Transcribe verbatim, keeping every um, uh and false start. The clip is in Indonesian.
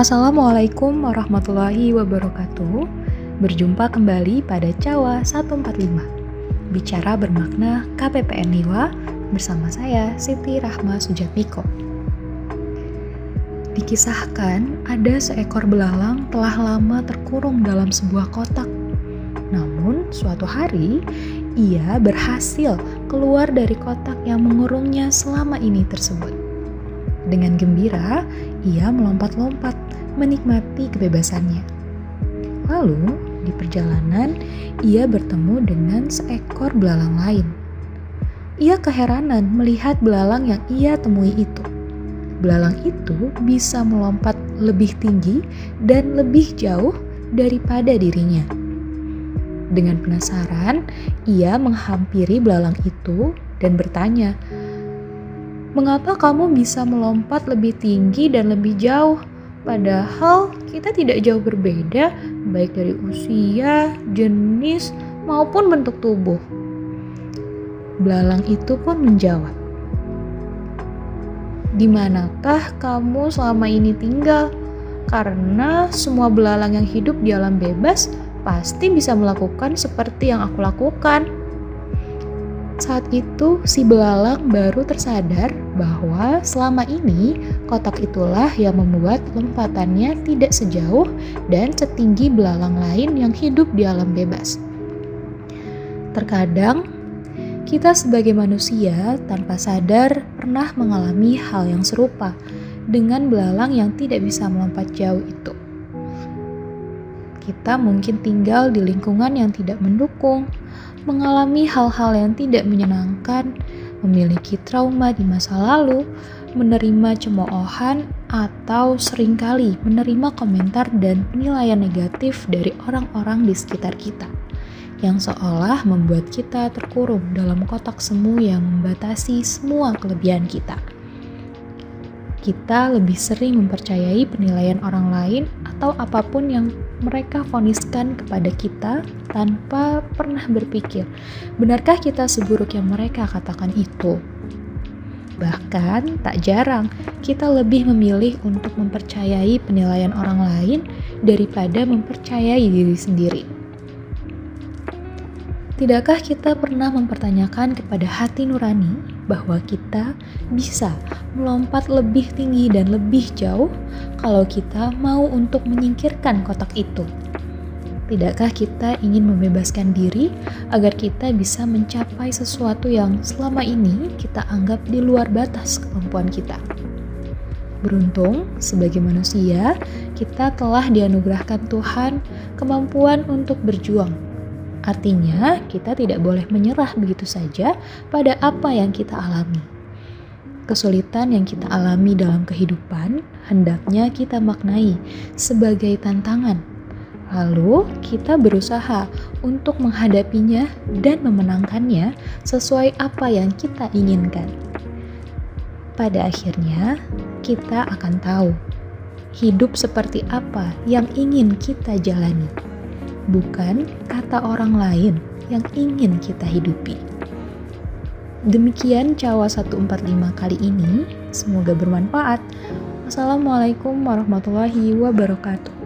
Assalamualaikum warahmatullahi wabarakatuh. Berjumpa kembali pada Cawa seratus empat puluh lima. Bicara bermakna K P P N Niwa bersama saya Siti Rahma Sujatmiko. Dikisahkan ada seekor belalang telah lama terkurung dalam sebuah kotak. Namun suatu hari ia berhasil keluar dari kotak yang mengurungnya selama ini tersebut. Dengan gembira, ia melompat-lompat menikmati kebebasannya. Lalu, di perjalanan, ia bertemu dengan seekor belalang lain. Ia keheranan melihat belalang yang ia temui itu. Belalang itu bisa melompat lebih tinggi dan lebih jauh daripada dirinya. Dengan penasaran, ia menghampiri belalang itu dan bertanya, "Mengapa kamu bisa melompat lebih tinggi dan lebih jauh? Padahal kita tidak jauh berbeda, baik dari usia, jenis, maupun bentuk tubuh." Belalang itu pun menjawab, "Di manakah kamu selama ini tinggal? Karena semua belalang yang hidup di alam bebas pasti bisa melakukan seperti yang aku lakukan." Saat itu, si belalang baru tersadar bahwa selama ini kotak itulah yang membuat lompatannya tidak sejauh dan setinggi belalang lain yang hidup di alam bebas. Terkadang, kita sebagai manusia tanpa sadar pernah mengalami hal yang serupa dengan belalang yang tidak bisa melompat jauh itu. Kita mungkin tinggal di lingkungan yang tidak mendukung, mengalami hal-hal yang tidak menyenangkan, memiliki trauma di masa lalu, menerima cemoohan, atau seringkali menerima komentar dan penilaian negatif dari orang-orang di sekitar kita, yang seolah membuat kita terkurung dalam kotak semu yang membatasi semua kelebihan kita. Kita lebih sering mempercayai penilaian orang lain atau apapun yang mereka voniskan kepada kita tanpa pernah berpikir, benarkah kita seburuk yang mereka katakan itu? Bahkan tak jarang kita lebih memilih untuk mempercayai penilaian orang lain daripada mempercayai diri sendiri. Tidakkah kita pernah mempertanyakan kepada hati nurani bahwa kita bisa melompat lebih tinggi dan lebih jauh kalau kita mau untuk menyingkirkan kotak itu? Tidakkah kita ingin membebaskan diri agar kita bisa mencapai sesuatu yang selama ini kita anggap di luar batas kemampuan kita? Beruntung, sebagai manusia, kita telah dianugerahkan Tuhan kemampuan untuk berjuang. Artinya, kita tidak boleh menyerah begitu saja pada apa yang kita alami. Kesulitan yang kita alami dalam kehidupan hendaknya kita maknai sebagai tantangan. Lalu, kita berusaha untuk menghadapinya dan memenangkannya sesuai apa yang kita inginkan. Pada akhirnya, kita akan tahu hidup seperti apa yang ingin kita jalani, bukan kata orang lain yang ingin kita hidupi. Demikian Cawa seratus empat puluh lima kali ini, semoga bermanfaat. Wassalamualaikum warahmatullahi wabarakatuh.